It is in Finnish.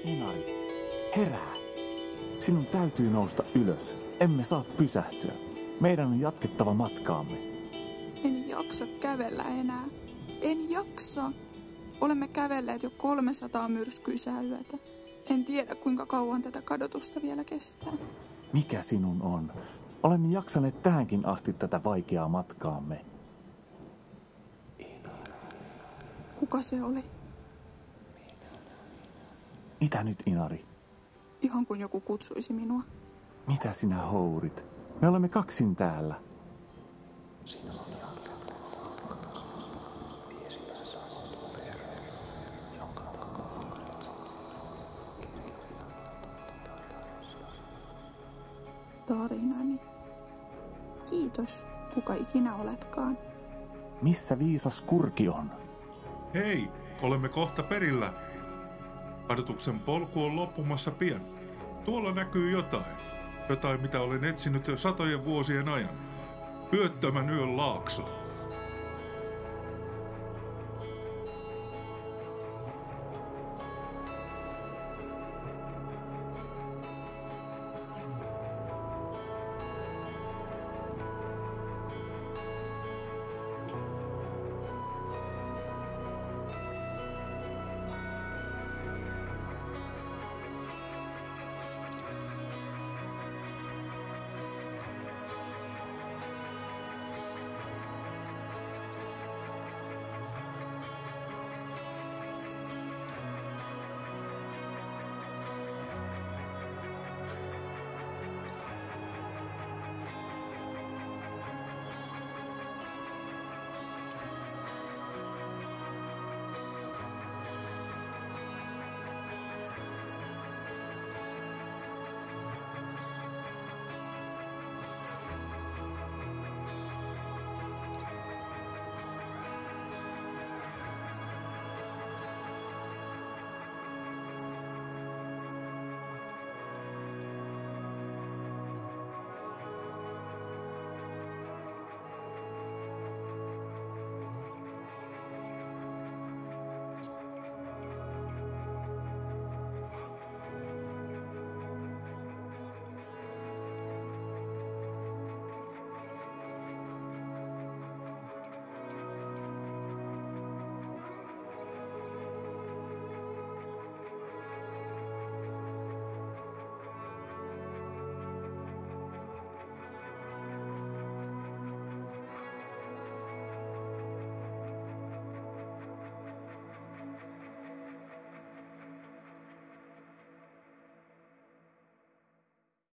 Inari, herää! Sinun täytyy nousta ylös. Emme saa pysähtyä. Meidän on jatkettava matkaamme. En jaksa kävellä enää. En jaksa. Olemme kävelleet jo 300 myrskyisää yötä. En tiedä, kuinka kauan tätä kadotusta vielä kestää. Mikä sinun on? Olemme jaksaneet tähänkin asti tätä vaikeaa matkaamme. Kuka se oli? Mitä nyt, Inari? Ihan kuin joku kutsuisi minua. Mitä sinä hourit? Me olemme kaksin täällä. Tarinani. Kiitos, kuka ikinä oletkaan. Missä viisas Kurki on? Hei, olemme kohta perillä. Kadotuksen polku on loppumassa pian. Tuolla näkyy jotain. Jotain, mitä olen etsinyt jo satojen vuosien ajan. Yöttömän yön laakso.